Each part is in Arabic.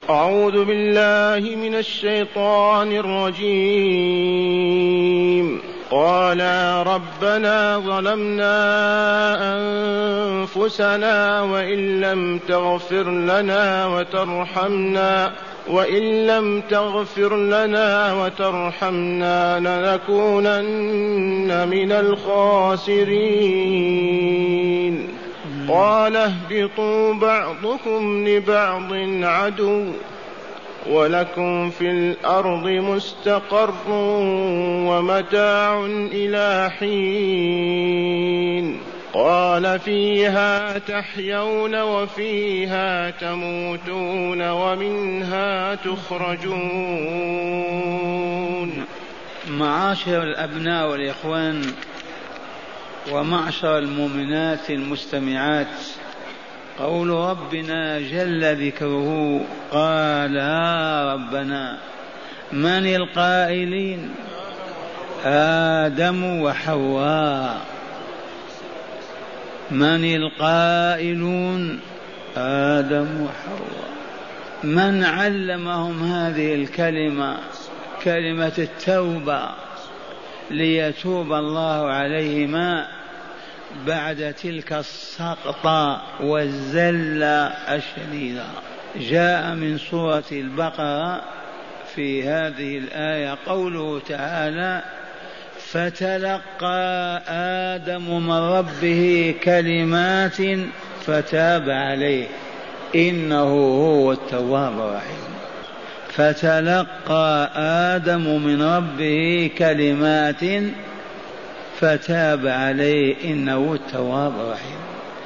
أعوذ بالله من الشيطان الرجيم. قالا ربنا ظلمنا أنفسنا وإن لم تغفر لنا وترحمنا لنكونن من الخاسرين. قال اهبطوا بعضكم لبعض عدو ولكم في الأرض مستقر ومتاع إلى حين. قال فيها تحيون وفيها تموتون ومنها تخرجون. معاشر الأبناء والإخوان ومعشر المؤمنات المستمعات، قول ربنا جل ذكره قال ربنا، من القائلين؟ آدم وحواء. من القائلون؟ آدم وحواء. من علمهم هذه الكلمة، كلمة التوبة، ليتوب الله عليهما بعد تلك السقطة والزلة الشديدة. جاء من سورة البقرة في هذه الآية قوله تعالى: فتلقى آدم من ربه كلمات فتاب عليه إنه هو التواب الرحيم. فتلقى آدم من ربه كلمات فتاب عليه إنه التواب الرحيم.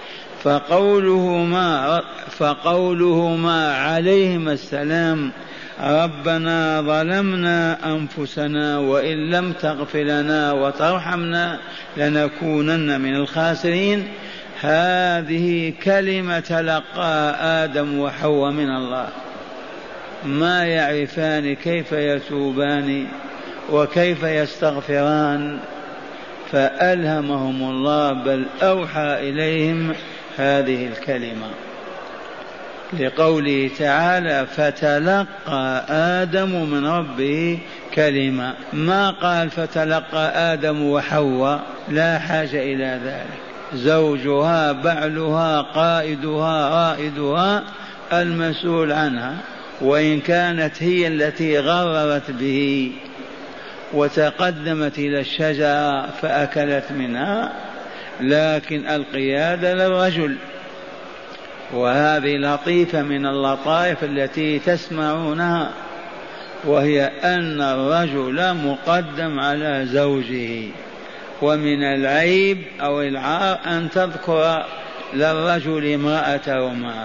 فقولهما عليهما السلام: ربنا ظلمنا أنفسنا وإن لم تغفر لنا وترحمنا لنكونن من الخاسرين، هذه كلمة تلقى آدم وحواء من الله، ما يعرفان كيف يتوبان وكيف يستغفران، فألهمهم الله بل أوحى إليهم هذه الكلمة، لقوله تعالى: فتلقى آدم من ربه كلمة. ما قال فتلقى آدم وحواء، لا حاجة إلى ذلك. زوجها، بعلها، قائدها، رائدها، المسؤول عنها، وإن كانت هي التي غررت به وتقدمت إلى الشجرة فأكلت منها، لكن القيادة للرجل. وهذه لطيفة من اللطائف التي تسمعونها، وهي أن الرجل مقدم على زوجه، ومن العيب أو العار أن تذكر للرجل امرأته معه،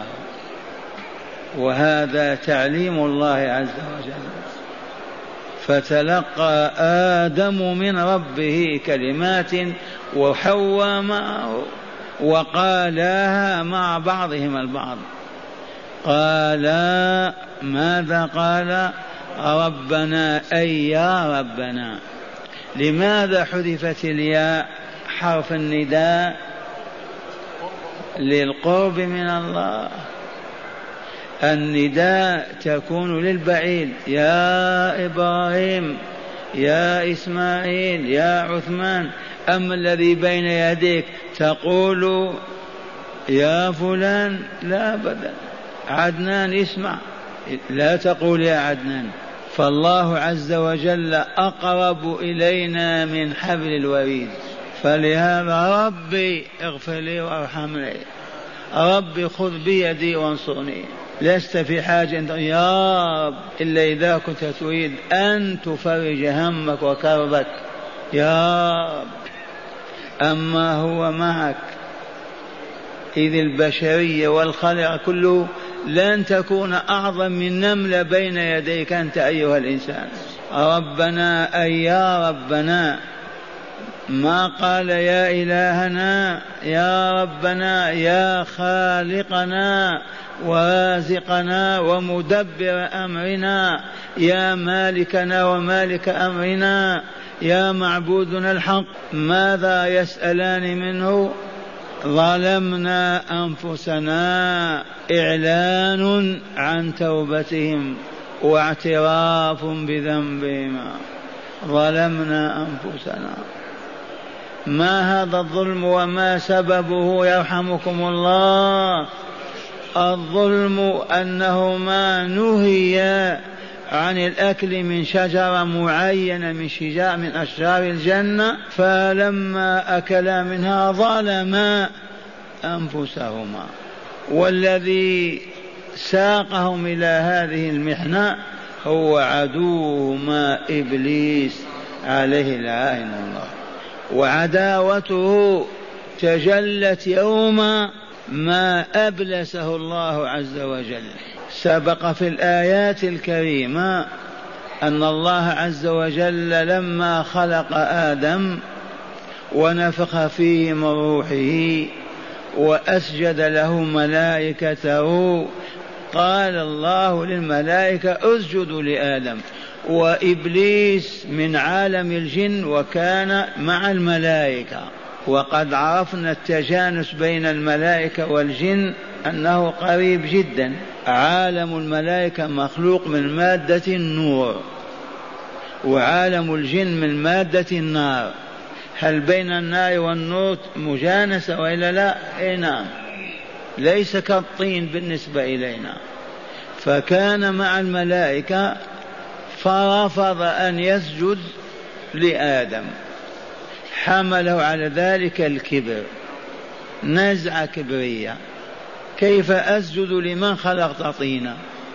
وهذا تعليم الله عز وجل. فتلقى آدم من ربه كلمات وحواء معه، وقالاها مع بعضهما البعض. قالا ماذا قال؟ ربنا، أي يا ربنا. لماذا حذفت الياء حرف النداء؟ للقرب من الله. النداء تكون للبعيد: يا إبراهيم، يا إسماعيل، يا عثمان. أما الذي بين يديك تقول يا فلان، لا أبدا. عدنان اسمع، لا تقول يا عدنان. فالله عز وجل أقرب إلينا من حبل الوريد. فلهذا ربي اغفر لي وارحمني، ربي خذ بيدي وانصرني. لست في حاجة يا رب إلا إذا كنت تريد أن تفرج همك وكربك يا رب. أما هو معك، إذ البشرية والخلق كله لن تكون أعظم من نملة بين يديك أنت أيها الإنسان. ربنا، أي يا ربنا. ما قال يا إلهنا، يا ربنا، يا خالقنا ورازقنا ومدبر أمرنا، يا مالكنا ومالك أمرنا، يا معبودنا الحق. ماذا يسألان منه؟ ظلمنا أنفسنا، إعلان عن توبتهم واعتراف بذنبهم. ظلمنا أنفسنا. ما هذا الظلم وما سببه يرحمكم الله؟ الظلم أنه ما نهي عن الأكل من شجرة معينة من أشجار الجنة، فلما أكلا منها ظلما أنفسهما، والذي ساقهم إلى هذه المحنة هو عدوهما إبليس عليه لعنة الله. وعداوته تجلت يوم ما أبلسه الله عز وجل. سبق في الآيات الكريمة أن الله عز وجل لما خلق آدم ونفخ فيه من روحه وأسجد له ملائكته، قال الله للملائكة اسجدوا لآدم، وإبليس من عالم الجن وكان مع الملائكة. وقد عرفنا التجانس بين الملائكة والجن أنه قريب جدا. عالم الملائكة مخلوق من مادة النور، وعالم الجن من مادة النار. هل بين النار والنور مجانسة وإلا لا؟ نعم، ليس كالطين بالنسبة إلينا. فكان مع الملائكة فرفض أن يسجد لآدم، حمله على ذلك الكبر، نزعة كبرية. كيف أسجد لمن خلقت طينا؟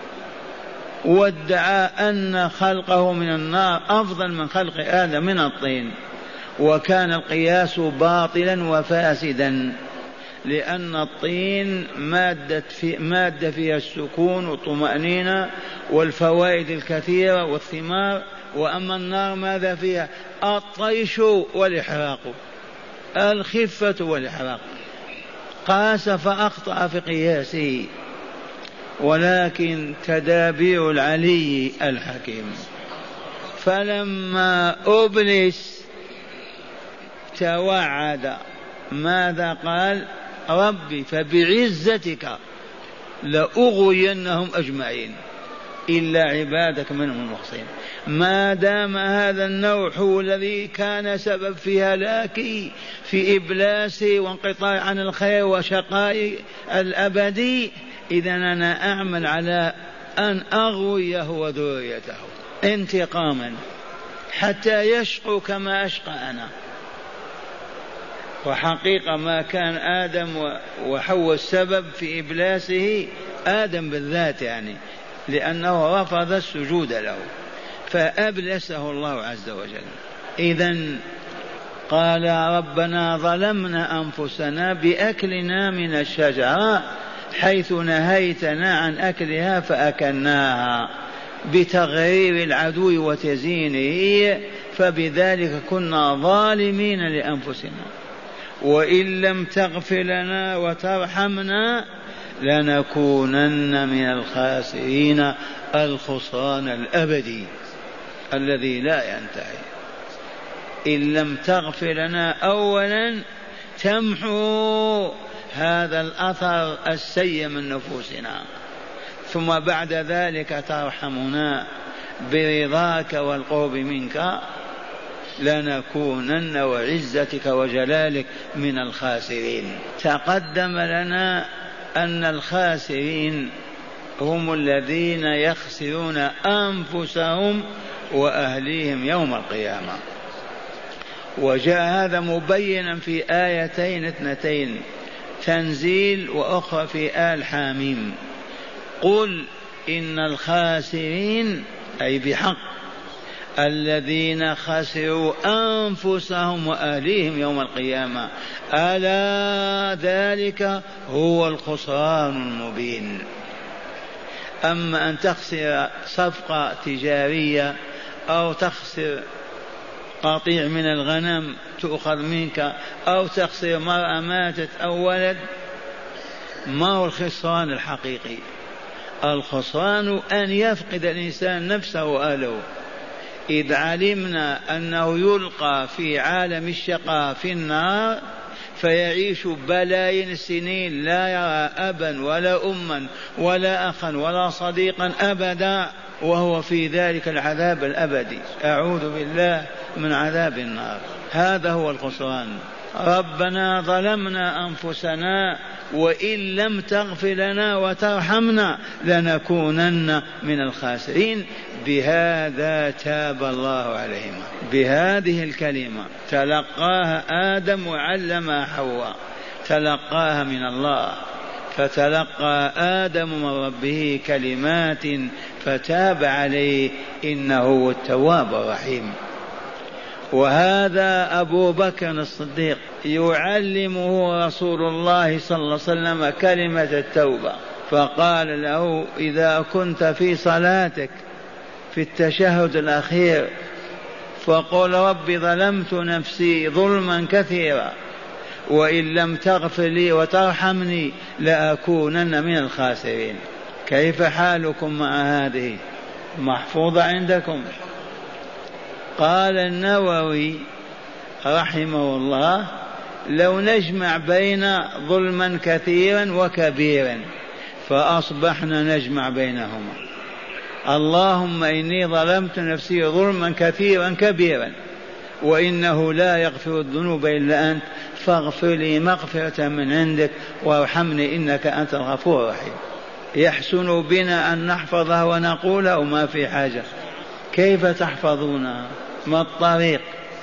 وادعى أن خلقه من النار أفضل من خلق آدم من الطين، وكان القياس باطلا وفاسدا، لأن الطين مادة فيها السكون والطمأنينة والفوائد الكثيرة والثمار، وأما النار ماذا فيها؟ الطيش والإحراق، الخفة والإحراق. قاس فأخطأ في قياسه، ولكن تدابير العلي الحكيم. فلما أبلس توعد ماذا قال؟ ربي فبعزتك لأغوينهم أجمعين إلا عبادك منهم المخلصين. ما دام هذا النوع هو الذي كان سبب في هلاكي، في إبلاسي وانقطاع عن الخير وشقائي الأبدي، إذن أنا أعمل على أن أغويه وذريته انتقاما حتى يشقوا كما أشقى أنا. وحقيقة ما كان آدم وحواء السبب في إبلاسه، آدم بالذات يعني، لأنه رفض السجود له فأبلسه الله عز وجل. إذن قال ربنا ظلمنا أنفسنا بأكلنا من الشجرة حيث نهيتنا عن أكلها فأكلناها بتغرير العدو وتزيينه، فبذلك كنا ظالمين لأنفسنا. وإن لم تغفر لنا وترحمنا لنكونن من الخاسرين، الخسران الأبدي الذي لا ينتهي. إن لم تغفر لنا أولا تمحو هذا الأثر السيء من نفوسنا، ثم بعد ذلك ترحمنا برضاك والقرب منك، لنكونن وعزتك وجلالك من الخاسرين. تقدم لنا أن الخاسرين هم الذين يخسرون أنفسهم وأهليهم يوم القيامة. وجاء هذا مبينا في آيتين اثنتين، تنزيل وأخرى في آل حاميم. قل إن الخاسرين أي بحق الذين خسروا أنفسهم وأهليهم يوم القيامة، ألا ذلك هو الخسران المبين. أما أن تخسر صفقة تجارية أو تخسر قطيع من الغنم تؤخذ منك أو تخسر مرأة ماتت أو ولد، ما هو الخسران الحقيقي؟ الخسران أن يفقد الإنسان نفسه وأهله. إذ علمنا أنه يلقى في عالم الشقاء في النار فيعيش بلايين السنين لا يرى أبا ولا أما ولا أخا ولا صديقا أبدا، وهو في ذلك العذاب الأبدي. أعوذ بالله من عذاب النار. هذا هو الخسران. ربنا ظلمنا أنفسنا وإن لم تغفر لنا وترحمنا لنكونن من الخاسرين. بهذا تاب الله عليهم، بهذه الكلمة تلقاها آدم وعلمها حواء، تلقاها من الله. فتلقى آدم من ربه كلمات فتاب عليه إنه هو التواب الرحيم. وهذا أبو بكر الصديق يعلمه رسول الله صلى الله عليه وسلم كلمة التوبة، فقال له: إذا كنت في صلاتك في التشهد الأخير فقل: رب ظلمت نفسي ظلما كثيرا وإن لم تغفر لي وترحمني لأكونن من الخاسرين. كيف حالكم مع هذه؟ محفوظة عندكم؟ قال النووي رحمه الله: لو نجمع بين ظلما كثيرا وكبيرا فأصبحنا نجمع بينهما. اللهم إني ظلمت نفسي ظلما كثيرا كبيرا وإنه لا يغفر الذنوب إلا أنت فاغفر لي مغفرة من عندك وارحمني إنك أنت الغفور الرحيم. يحسن بنا أن نحفظها ونقولها وما في حاجة. كيف تحفظونها؟ ما الطريق؟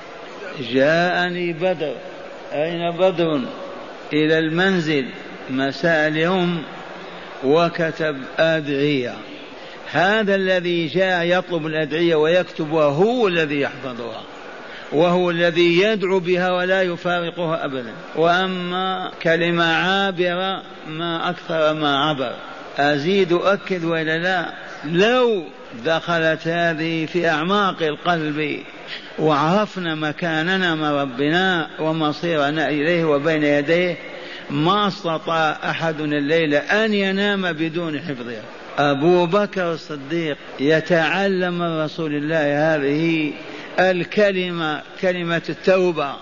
جاءني بدر. أين بدر؟ إلى المنزل مساء اليوم وكتب أدعية. هذا الذي جاء يطلب الأدعية ويكتبها هو الذي يحفظها وهو الذي يدعو بها ولا يفارقها أبدا. وأما كلمة عابرة ما أكثر ما عبر. أزيد أؤكد ولا لا؟ لو دخلت هذه في أعماق القلب وعرفنا مكاننا مع ربنا ومصيرنا إليه وبين يديه ما استطاع أحد الليلة أن ينام بدون حفظها. أبو بكر الصديق يتعلم من رسول الله هذه الكلمة، كلمة التوبة: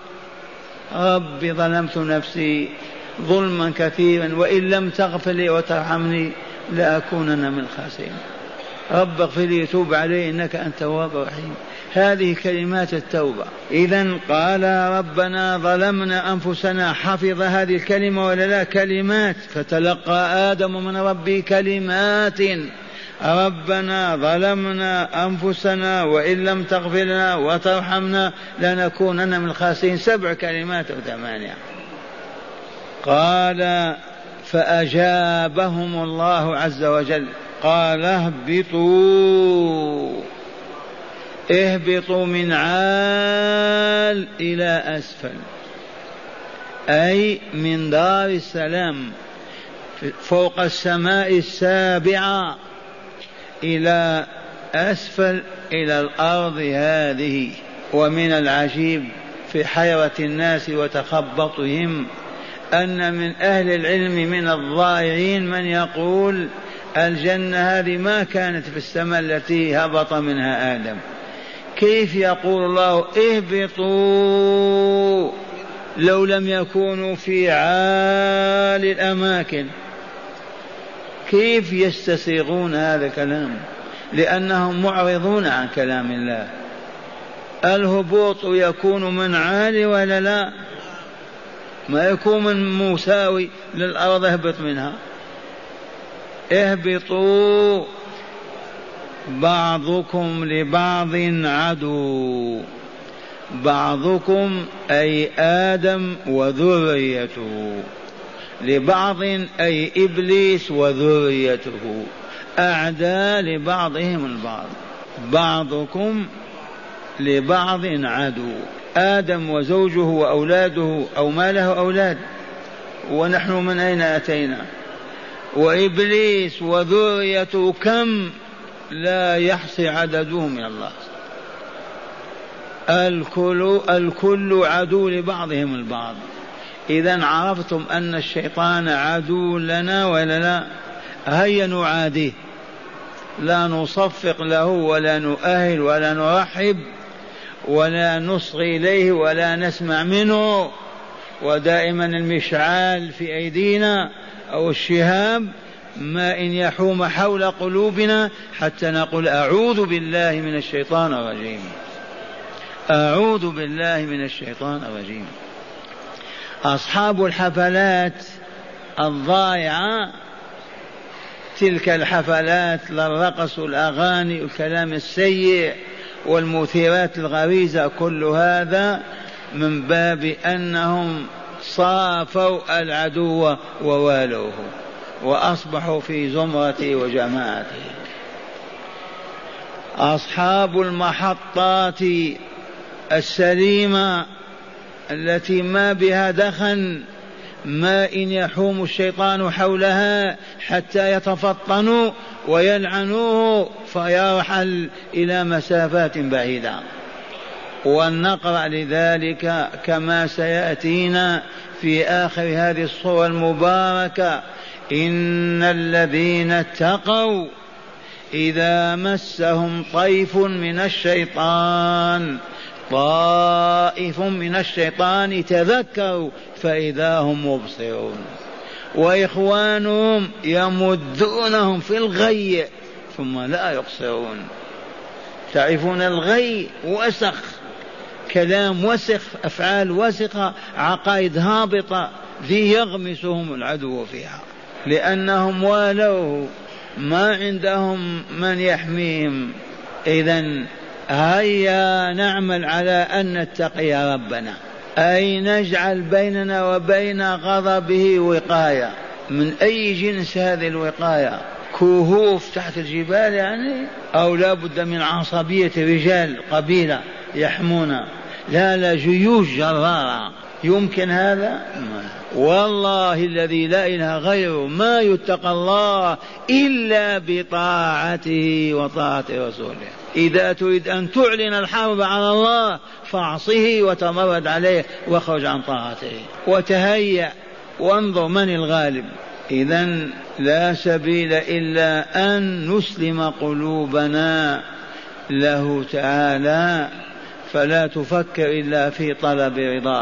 رب ظلمت نفسي ظلما كثيرا وإن لم تغفر لي وترحمني لأكونن من الخاسرين. رب اغفر لي توب علي إنك أنت التواب الرحيم. هذه كلمات التوبة. إذن قال ربنا ظلمنا أنفسنا، حفظ هذه الكلمة ولا لا؟ كلمات. فتلقى آدم من ربه كلمات: ربنا ظلمنا أنفسنا وإن لم تغفر لنا وترحمنا لنكونن من الخاسرين. 7 كلمات أو 8. قال فأجابهم الله عز وجل قال: اهبطوا من عال إلى أسفل، أي من دار السلام فوق السماء السابعة إلى أسفل إلى الأرض هذه. ومن العجيب في حيرة الناس وتخبطهم أن من أهل العلم من الضائعين من يقول الجنة هذه ما كانت في السماء التي هبط منها آدم. كيف يقول الله اهبطوا لو لم يكونوا في عالي الأماكن؟ كيف يستسيغون هذا الكلام؟ لأنهم معرضون عن كلام الله. الهبوط يكون من عالي ولا لا؟ ما يكون من مساوي للأرض اهبط منها. اهبطوا بعضكم لبعض عدو. بعضكم أي آدم وذريته، لبعض أي إبليس وذريته، أعداء لبعضهم البعض. بعضكم لبعض عدو. آدم وزوجه وأولاده أو ما له أولاد، ونحن من أين أتينا؟ وإبليس وذريته كم لا يحصي عدده من الله. الكل عدو لبعضهم البعض. إذن عرفتم أن الشيطان عدو لنا ولا لا؟ هيا نعاديه، لا نصفق له ولا نؤهل ولا نرحب ولا نصغي إليه ولا نسمع منه ودائما المشعال في أيدينا أو الشهاب ما إن يحوم حول قلوبنا حتى نقول أعوذ بالله من الشيطان الرجيم، أعوذ بالله من الشيطان الرجيم. أصحاب الحفلات الضائعة، تلك الحفلات للرقص والأغاني والكلام السيء والمثيرات الغريزة، كل هذا من باب أنهم صافوا العدو ووالوه وأصبحوا في زمرته وجماعته. أصحاب المحطات السليمة التي ما بها دخن، ما إن يحوم الشيطان حولها حتى يتفطنوا ويلعنوه فيرحل إلى مسافات بعيدة. ونقرأ لذلك كما سيأتينا في آخر هذه الصورة المباركة: إن الذين اتقوا إذا مسهم طيف من الشيطان، طائف من الشيطان تذكروا فإذا هم مبصرون، وإخوانهم يمدونهم في الغي ثم لا يقصرون. تعرفون الغي وسخ، كلام وسخ، أفعال وسخة، عقائد هابطة، ذي يغمسهم العدو فيها لأنهم والوه، ما عندهم من يحميهم. إذن هيا نعمل على أن نتقي ربنا، أي نجعل بيننا وبين غضبه وقاية. من أي جنس هذه الوقاية؟ كهوف تحت الجبال يعني؟ أو لا بد من عصبية رجال قبيلة يحمونا؟ لا، جيوش جرارة. يمكن هذا؟ والله الذي لا إله غيره ما يتقى الله إلا بطاعته وطاعة رسوله. إذا تريد أن تعلن الحرب على الله فاعصه وتمرد عليه واخرج عن طاعته وتهيأ وانظر من الغالب. إذن لا سبيل إلا أن نسلم قلوبنا له تعالى، فلا تفكر إلا في طلب رضاه،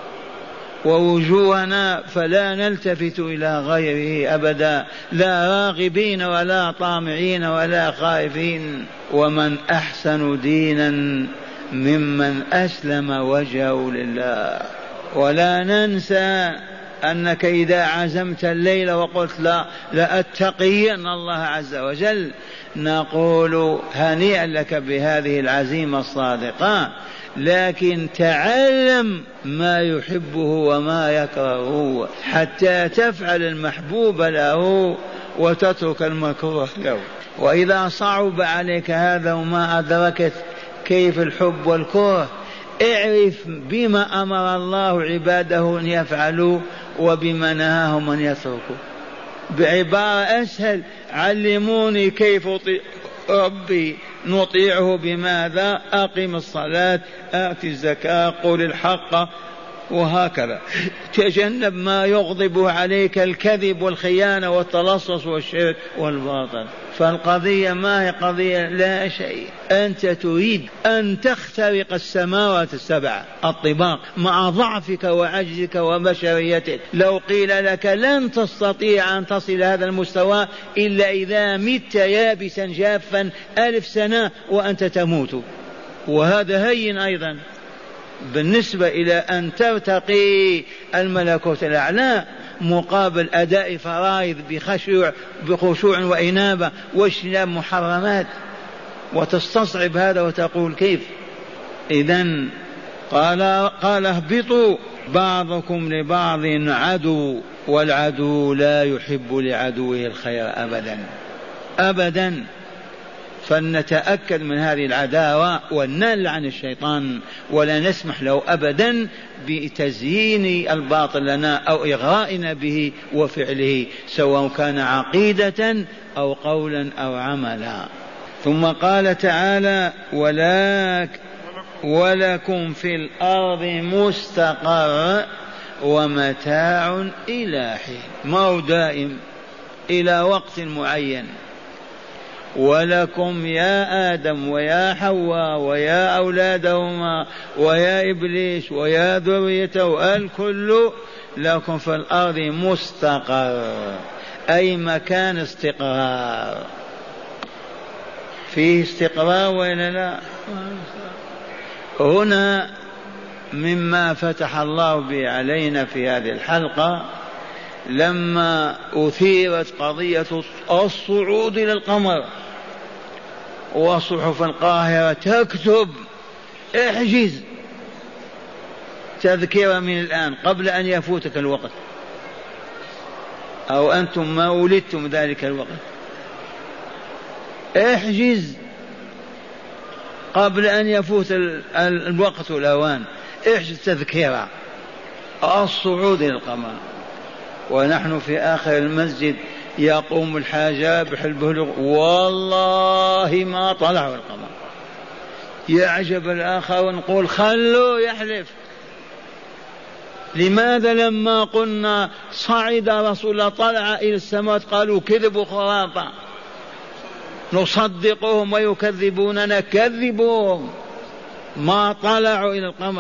ووجوهنا فلا نلتفت إلى غيره أبدا، لا راغبين ولا طامعين ولا خائفين. ومن أحسن دينا ممن أسلم وجهه لله. ولا ننسى أنك إذا عزمت الليل وقلت لا لأتقين الله عز وجل، نقول هنيئا لك بهذه العزيمة الصادقة، لكن تعلم ما يحبه وما يكرهه حتى تفعل المحبوب له وتترك المكروه له. وإذا صعب عليك هذا وما أدركت كيف الحب والكره، اعرف بما أمر الله عباده أن يفعلوا وبما نهاهم أن يتركوا. بعبارة أسهل: علموني كيف أطيع ربي، نطيعه بماذا؟ أقم الصلاة، آت الزكاة، قل الحق، وهكذا. تجنب ما يغضب عليك الكذب والخيانة والتلصص والشرك والباطل. فالقضية ما هي قضية لا شيء، أنت تريد أن تخترق السماوات السبع الطباق مع ضعفك وعجزك وبشريتك. لو قيل لك لن تستطيع أن تصل هذا المستوى إلا إذا مت يابسا جافا 1000 سنة وأنت تموت، وهذا هين أيضا بالنسبة إلى أن ترتقي الملكوت الأعلى مقابل أداء فرائض بخشوع وإنابة واجتناب محرمات، وتستصعب هذا وتقول كيف؟ إذن قال اهبطوا بعضكم لبعض عدو، والعدو لا يحب لعدوه الخير أبدا أبدا. فلنتأكد من هذه العداوة وننل عن الشيطان، ولا نسمح له أبدا بتزيين الباطل لنا أو إغرائنا به وفعله، سواء كان عقيدة أو قولا أو عملا. ثم قال تعالى: ولكم في الأرض مستقر ومتاع إلى حين، ما هو دائم، إلى وقت معين. ولكم يا آدم ويا حواء ويا أولادهما ويا إبليس ويا ذريته الكل لكم في الأرض مستقر، أي مكان استقرار. فيه استقرار ولا لا؟ هنا مما فتح الله به علينا في هذه الحلقة لما أثيرت قضية الصعود إلى القمر وصحف القاهرة تكتب احجز تذكرة من الآن قبل أن يفوتك الوقت، أو أنتم ما ولدتم ذلك الوقت، احجز قبل أن يفوت الوقت الأوان، احجز تذكرة الصعود إلى القمر. ونحن في آخر المسجد يقوم الحاجاب البلوغ والله ما طلعوا القمر، يعجب الآخر ونقول خلوا يحلف. لماذا لما قلنا صعد رسول الله طلع إلى السماوات قالوا كذب وخرافة؟ نصدقهم ويكذبوننا، كذبوهم، ما طلعوا إلى القمر.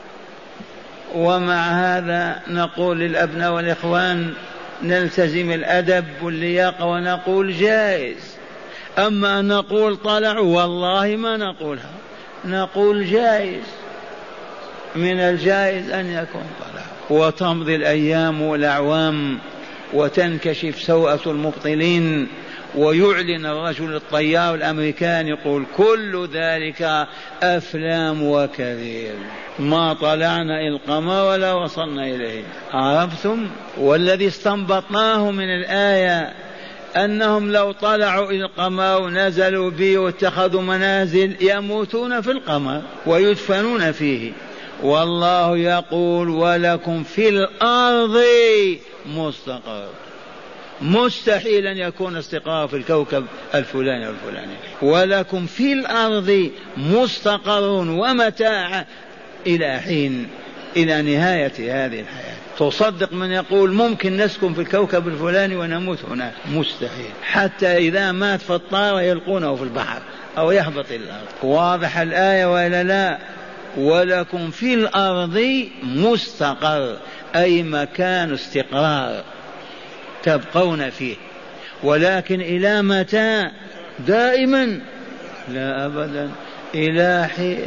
ومع هذا نقول للأبناء والإخوان نلتزم الأدب واللياقة ونقول جائز. أما أن نقول طلعوا والله ما نقولها، نقول جائز، من الجائز أن يكون طلعوا. وتمضي الأيام والأعوام وتنكشف سوءة المبطلين، ويعلن الرجل الطيار الأمريكاني يقول كل ذلك أفلام وكذب، ما طلعنا إلى القمر ولا وصلنا إليه. عرفتم؟ والذي استنبطناه من الآية أنهم لو طلعوا إلى القمر ونزلوا به واتخذوا منازل يموتون في القمر ويدفنون فيه. والله يقول ولكم في الأرض مستقر. مستحيل أن يكون استقرار في الكوكب الفلاني والفلاني. ولكم في الأرض مستقر ومتاع إلى حين، إلى نهاية هذه الحياة. تصدق من يقول ممكن نسكن في الكوكب الفلاني ونموت هناك؟ مستحيل. حتى إذا مات في الطائرة يلقونه في البحر أو يهبط إلى الأرض. واضح الآية ولا لا؟ ولكم في الأرض مستقر، أي مكان استقرار تبقون فيه. ولكن إلى متى؟ دائما؟ لا أبدا، إلى حين.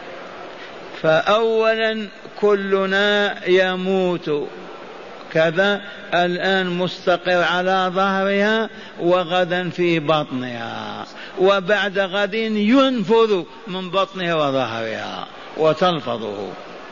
فأولا كلنا يموت كذا، الآن مستقر على ظهرها وغدا في بطنها، وبعد غد ينفذ من بطنها وظهرها وتلفظه.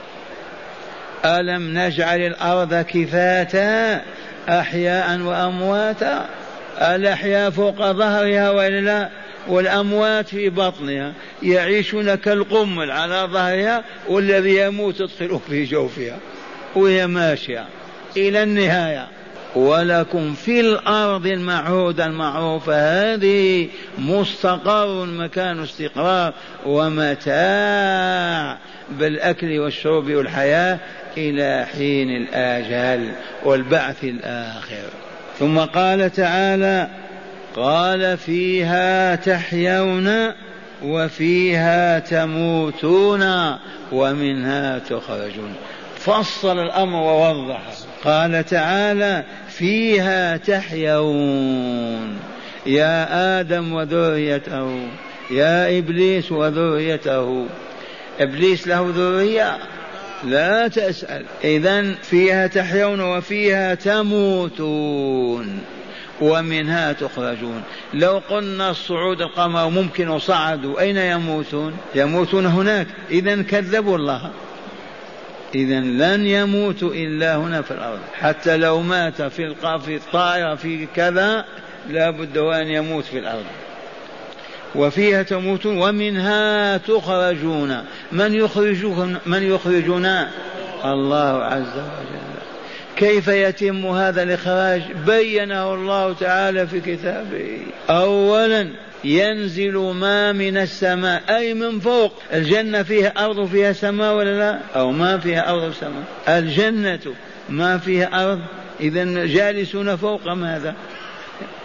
ألم نجعل الأرض كفاتا أحياء وأمواتا؟ الأحياء فوق ظهرها وإلا لا؟ والأموات في بطنها يعيشون كالقمل على ظهرها، والذي يموت يدخل في جوفها وهي ماشية إلى النهاية. ولكم في الأرض المعهودة المعروفة هذه مستقر، مكان استقرار ومتاع بالأكل والشرب والحياة إلى حين الآجال والبعث الآخر. ثم قال تعالى قال فيها تحيون وفيها تموتون ومنها تخرجون. فصل الأمر ووضح. قال تعالى فيها تحيون، يا آدم وذريته، يا إبليس وذريته. إبليس له ذرية؟ لا تسأل. إذن فيها تحيون وفيها تموتون ومنها تخرجون. لو قلنا الصعود القمر ممكن وصعدوا، أين يموتون؟ يموتون هناك. إذن كذبوا الله، إذن لن يموتوا إلا هنا في الأرض. حتى لو مات في الطائرة في كذا لا بد أن يموت في الأرض. وفيها تموتون ومنها تخرجون. من يخرجنا؟ الله عز وجل. كيف يتم هذا الإخراج؟ بينه الله تعالى في كتابه. أولا ينزل ما من السماء، أي من فوق. الجنة فيها أرض وفيها سماء ولا لا؟ أو ما فيها أرض وسماء؟ الجنة ما فيها أرض، إذن جالسون فوق ماذا؟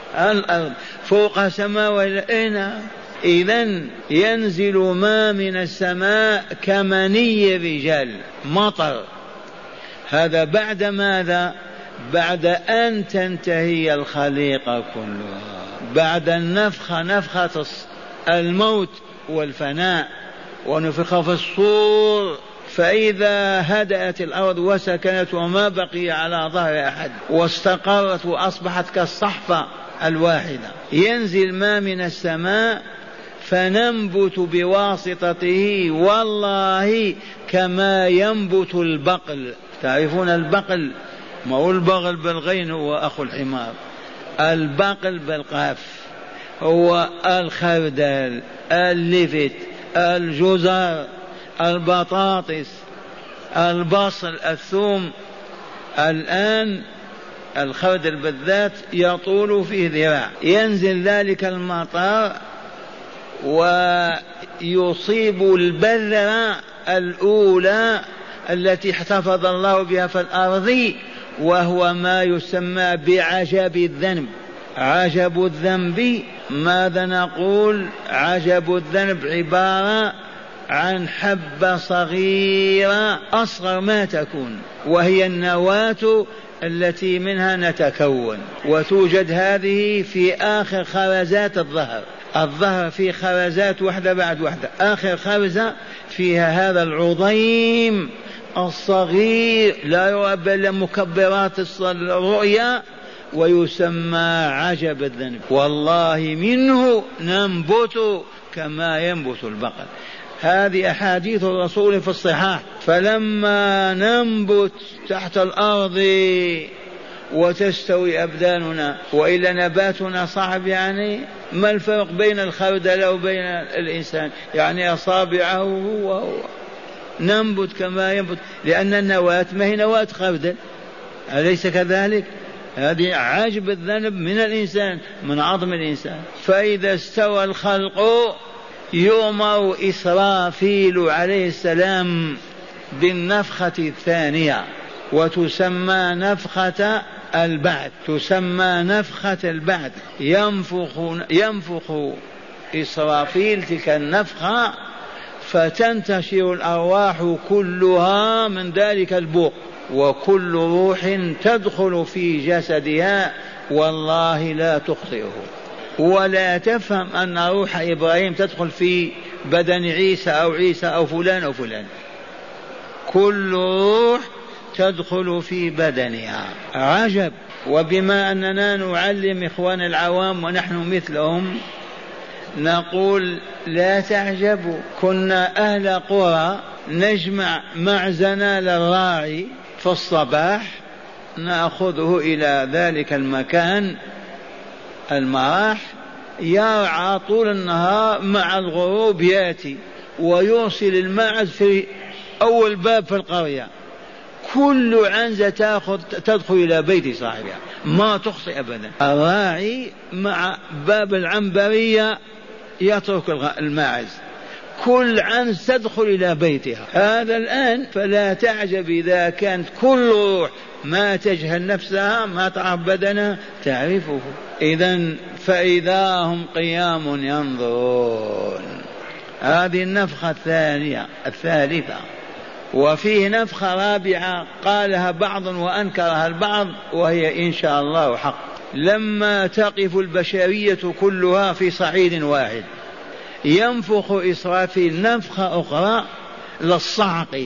الأرض فوق سماء وإلى إذن ينزل ما من السماء كمني الرجال مطر. هذا بعد ماذا؟ بعد أن تنتهي الخليقة كلها، بعد النفخة، نفخة الموت والفناء، ونفخ في الصور فإذا هدأت الأرض وسكنت وما بقي على ظهر أحد واستقرت وأصبحت كالصحفة الواحدة، ينزل ما من السماء فننبت بواسطته والله كما ينبت البقل. تعرفون البقل؟ ما هو البغل بالغين هو أخو الحمار، البقل بالقاف هو الخردل، اللفت، الجزر، البطاطس، البصل، الثوم. الآن الخردل بالذات يطول فيه ذراع، ينزل ذلك المطر ويصيب البذرة الأولى التي احتفظ الله بها في الأرض، وهو ما يسمى بعجب الذنب. عجب الذنب ماذا نقول؟ عجب الذنب عبارة عن حبة صغيرة أصغر ما تكون، وهي النواة التي منها نتكون، وتوجد هذه في آخر خرزات الظهر. الظهر في خرزات واحدة بعد واحدة، آخر خرزة فيها هذا العظيم الصغير لا يرى بل مكبرات الرؤيا، ويسمى عجب الذنب. والله منه ننبت كما ينبت البقل. هذه أحاديث الرسول في الصحاح. فلما ننبت تحت الأرض وتستوي أبداننا وإلا نباتنا صعب، يعني ما الفرق بين الخردل وبين الإنسان؟ يعني أصابعه هو ننبت كما ينبت، لأن النواة ما هي نواة خردل، أليس كذلك؟ هذه عجب الذنب من الإنسان، من عظم الإنسان. فإذا استوى الخلق يؤمر إسرافيل عليه السلام بالنفخة الثانية، وتسمى نفخة البعث، تسمى نفخة البعث. ينفخ إسرافيل تلك النفخة فتنتشر الأرواح كلها من ذلك البوق، وكل روح تدخل في جسدها والله لا تخطئه. ولا تفهم أن روح إبراهيم تدخل في بدن عيسى أو عيسى أو فلان أو فلان، كل روح تدخل في بدنها. عجب. وبما أننا نعلم إخوان العوام ونحن مثلهم نقول لا تعجبوا، كنا أهل قرى نجمع معزنا للراعي في الصباح، نأخذه إلى ذلك المكان المراح، يرعى طول النهار، مع الغروب يأتي ويرسل الماعز في أول باب في القرية، كل عنزة تدخل إلى بيت صاحبها ما تخطئ أبدا. الراعي مع باب العنبرية يترك الماعز، كل عنز تدخل إلى بيتها. هذا الآن فلا تعجب إذا كانت كل روح ما تجهل نفسها ما تعرف بدنها تعرفه. إذن فإذا هم قيام ينظرون. هذه النفخة الثالثة. وفيه نفخة رابعة قالها بعض وأنكرها البعض، وهي إن شاء الله حق. لما تقف البشرية كلها في صعيد واحد ينفخ إسرافيل نفخة أخرى للصعق،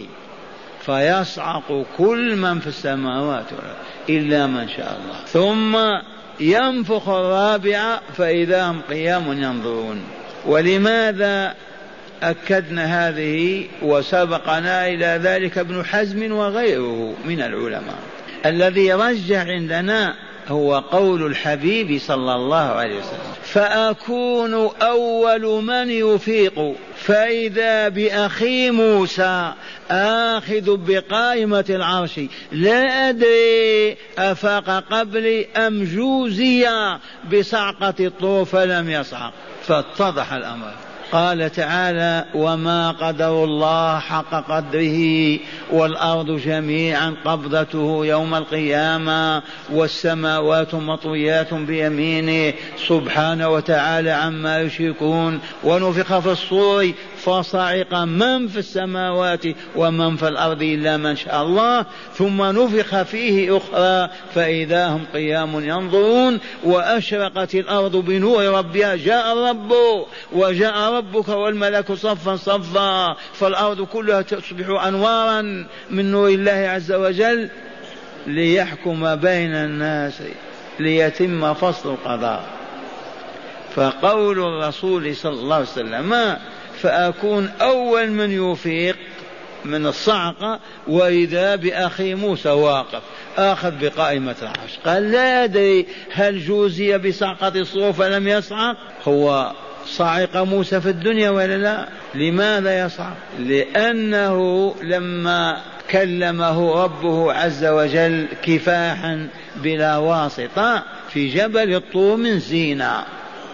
فيصعق كل من في السماوات إلا من شاء الله، ثم ينفخ الرابعة فإذا هم قيام ينظرون. ولماذا أكدنا هذه وسبقنا إلى ذلك ابن حزم وغيره من العلماء؟ الذي رجح عندنا هو قول الحبيب صلى الله عليه وسلم: فأكون أول من يفيق فإذا بأخي موسى آخذ بقائمة العرش لا أدري أفاق قبلي أم جوزي بصعقة الطور فلم يصعق. فاتضح الأمر. قال تعالى: وما قدر الله حق قدره والأرض جميعا قبضته يوم القيامة والسماوات مطويات بيمينه سبحانه وتعالى عما يشركون. ونفخ في الصور فصعق من في السماوات ومن في الأرض إلا من شاء الله، ثم نفخ فيه أخرى فإذا هم قيام ينظرون، وأشرقت الأرض بنور ربها، جاء الرب وجاء ربك والملك صفا صفا، فالأرض كلها تصبح أنوارا من نور الله عز وجل ليحكم بين الناس ليتم فصل القضاء. فقول الرسول صلى الله عليه وسلم فأكون أول من يفيق من الصعقة، وإذا بأخي موسى واقف آخذ بقائمة العرش. قال لا أدري هل جوزي بصعقة الصور فلم يصعق؟ هو صعق موسى في الدنيا ولا لا؟ لماذا يصعق؟ لأنه لما كلمه ربه عز وجل كفاحا بلا واسطة في جبل الطور من سيناء،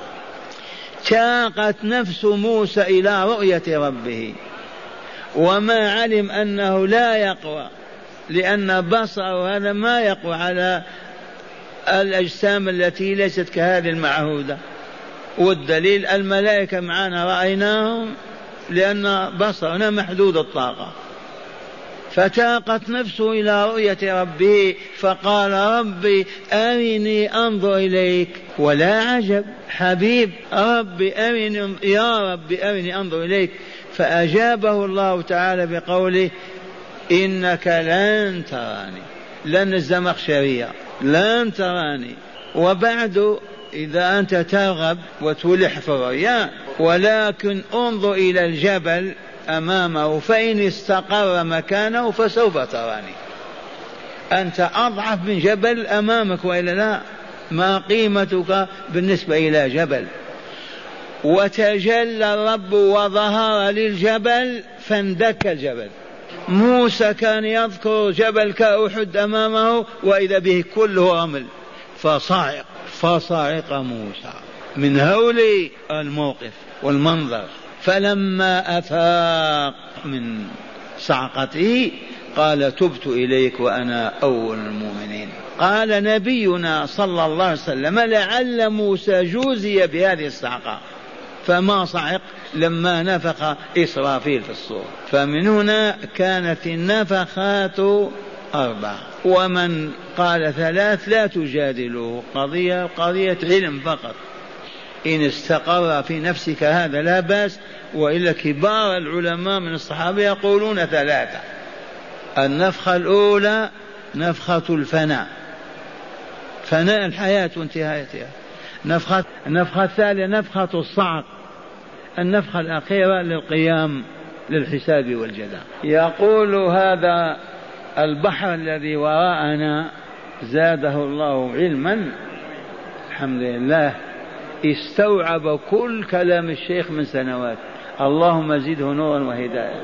تاقت نفس موسى إلى رؤية ربه، وما علم أنه لا يقوى، لأن بصره هذا ما يقوى على الأجسام التي ليست كهذه المعهودة. والدليل الملائكة معنا رأيناهم لأن بصرنا محدود الطاقة. فتاقت نفسه إلى رؤية ربه فقال ربي أرني أنظر إليك. ولا عجب حبيب ربي أرني، يا ربي أرني أنظر إليك. فأجابه الله تعالى بقوله إنك لن تراني، لن الزمخشرية لن تراني. وبعد إذا أنت ترغب وتلح في الرؤيا، ولكن انظر إلى الجبل أمامه فإن استقر مكانه فسوف تراني. أنت أضعف من جبل أمامك وإلا لا؟ ما قيمتك بالنسبة إلى جبل؟ وتجلى الرب وظهر للجبل فاندك الجبل. موسى كان يذكر جبل كأحد أمامه وإذا به كله رمل، فصعق موسى من هول الموقف والمنظر. فلما أفاق من صعقته قال تبت إليك وأنا أول المؤمنين. قال نبينا صلى الله عليه وسلم لعل موسى جوزي بهذه الصعقة فما صعق لما نفخ إسرافيل في الصور. فمن هنا كانت النفخات 4، ومن قال 3 لا تجادله، قضية علم فقط. إن استقر في نفسك هذا لا بأس، وإلا كبار العلماء من الصحابة يقولون 3. النفخة الأولى نفخة الفناء، فناء الحياة وانتهايتها. النفخة الثانية نفخة الصعق، النفخة الأخيرة للقيام للحساب والجزاء. يقول هذا البحر الذي وراءنا زاده الله علما الحمد لله، استوعب كل كلام الشيخ من سنوات، اللهم زده نورا وهداية.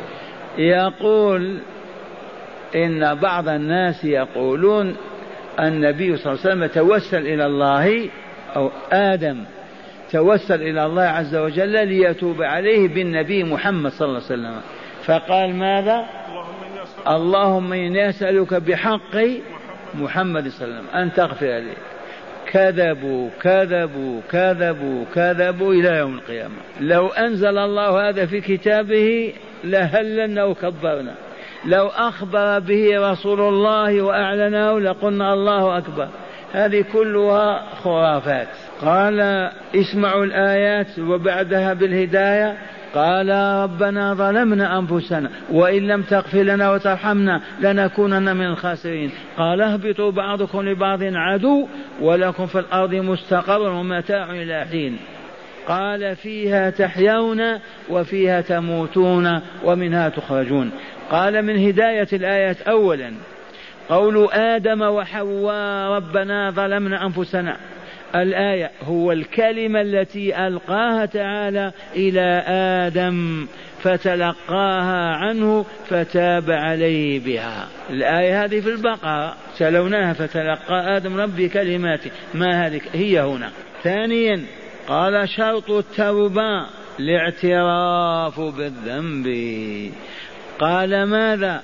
يقول إن بعض الناس يقولون النبي صلى الله عليه وسلم توسل إلى الله، أو آدم توسل إلى الله عز وجل ليتوب عليه بالنبي محمد صلى الله عليه وسلم، فقال ماذا؟ اللهم إني أسألك بحق محمد صلى الله عليه وسلم أن تغفر لي. كذبوا كذبوا كذبوا كذبوا إلى يوم القيامة. لو أنزل الله هذا في كتابه لهللنا وكبرنا، لو أخبر به رسول الله وأعلنه لقلنا الله أكبر. هذه كلها خرافات. قال اسمعوا الآيات وبعدها بالهداية. قال ربنا ظلمنا أنفسنا وإن لم تغفر لنا وترحمنا لنكونن من الخاسرين. قال اهبطوا بعضكم لبعض عدو ولكم في الأرض مستقر ومتاع إلى حين. قال فيها تحيون وفيها تموتون ومنها تخرجون. قال من هداية الآيات أولا قول آدم وحواء ربنا ظلمنا أنفسنا. الآية هو الكلمة التي ألقاها تعالى إلى آدم فتلقاها عنه فتاب عليه بها. الآية هذه في البقرة تلوناها، فتلقى آدم ربي كلماته، ما هذه هي هنا. ثانيا قال شرط التوبة الاعتراف بالذنب. قال ماذا؟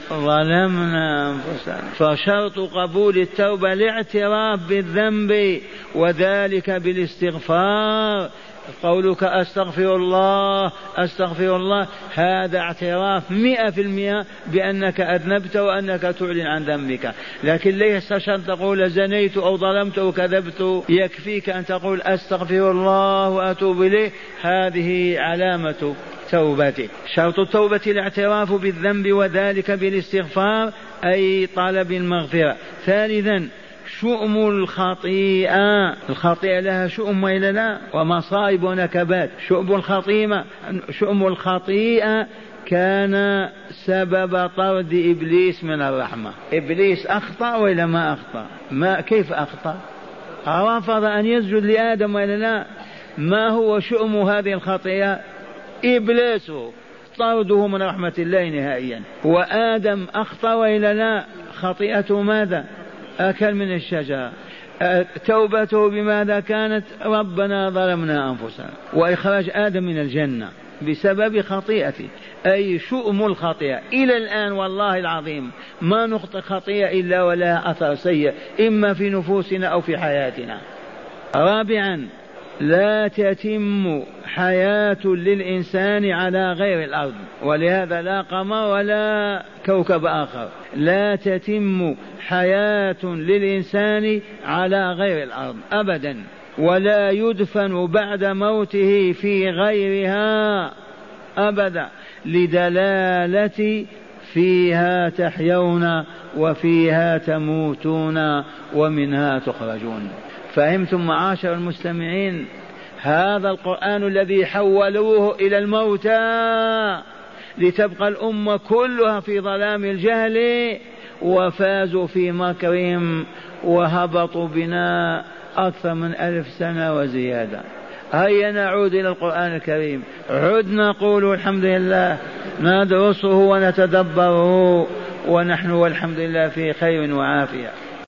ظلمنا أنفسنا. فشرط قبول التوبة الاعتراف بالذنب، وذلك بالاستغفار. قولك أستغفر الله أستغفر الله، هذا اعتراف 100% بأنك أذنبت وأنك تعلن عن ذنبك، لكن ليس شرط تقول زنيت أو ظلمت أو كذبت، يكفيك أن تقول أستغفر الله وأتوب إليه، هذه علامة توبتك. شرط التوبة الاعتراف بالذنب، وذلك بالاستغفار أي طلب المغفرة. ثالثا شؤم الخطيئة. الخطيئة لها شؤم وإلا لا؟ ومصائب ونكبات. شؤم الخطيئة كان سبب طرد إبليس من الرحمة. إبليس أخطأ وإلا ما أخطأ؟ كيف أخطأ؟ رفض أن يسجد لآدم وإلا لا؟ ما هو شؤم هذه الخطيئة؟ إبليس طرده من رحمة الله نهائيا. وآدم أخطأ وإلا لا؟ خطيئته ماذا؟ أكل من الشجرة. توبته بماذا كانت؟ ربنا ظلمنا أنفسنا، وإخراج آدم من الجنة بسبب خطيئته، أي شؤم الخطيئة. إلى الآن والله العظيم ما نخطئ خطيئة إلا ولها أثر سيء، إما في نفوسنا أو في حياتنا. رابعا لا تتم حياة للإنسان على غير الأرض، ولهذا لا قمر ولا كوكب آخر. لا تتم حياة للإنسان على غير الأرض أبدا، ولا يدفن بعد موته في غيرها أبدا، لدلالة فيها تحيون وفيها تموتون ومنها تخرجون. فهمتم معاشر المستمعين؟ هذا القرآن الذي حولوه إلى الموتى لتبقى الأمة كلها في ظلام الجهل، وفازوا في مكرهم وهبطوا بنا أكثر من 1000 سنة وزيادة. هيا نعود إلى القرآن الكريم، عد نقول الحمد لله، ندرسه ونتدبره، ونحن والحمد لله في خير وعافية.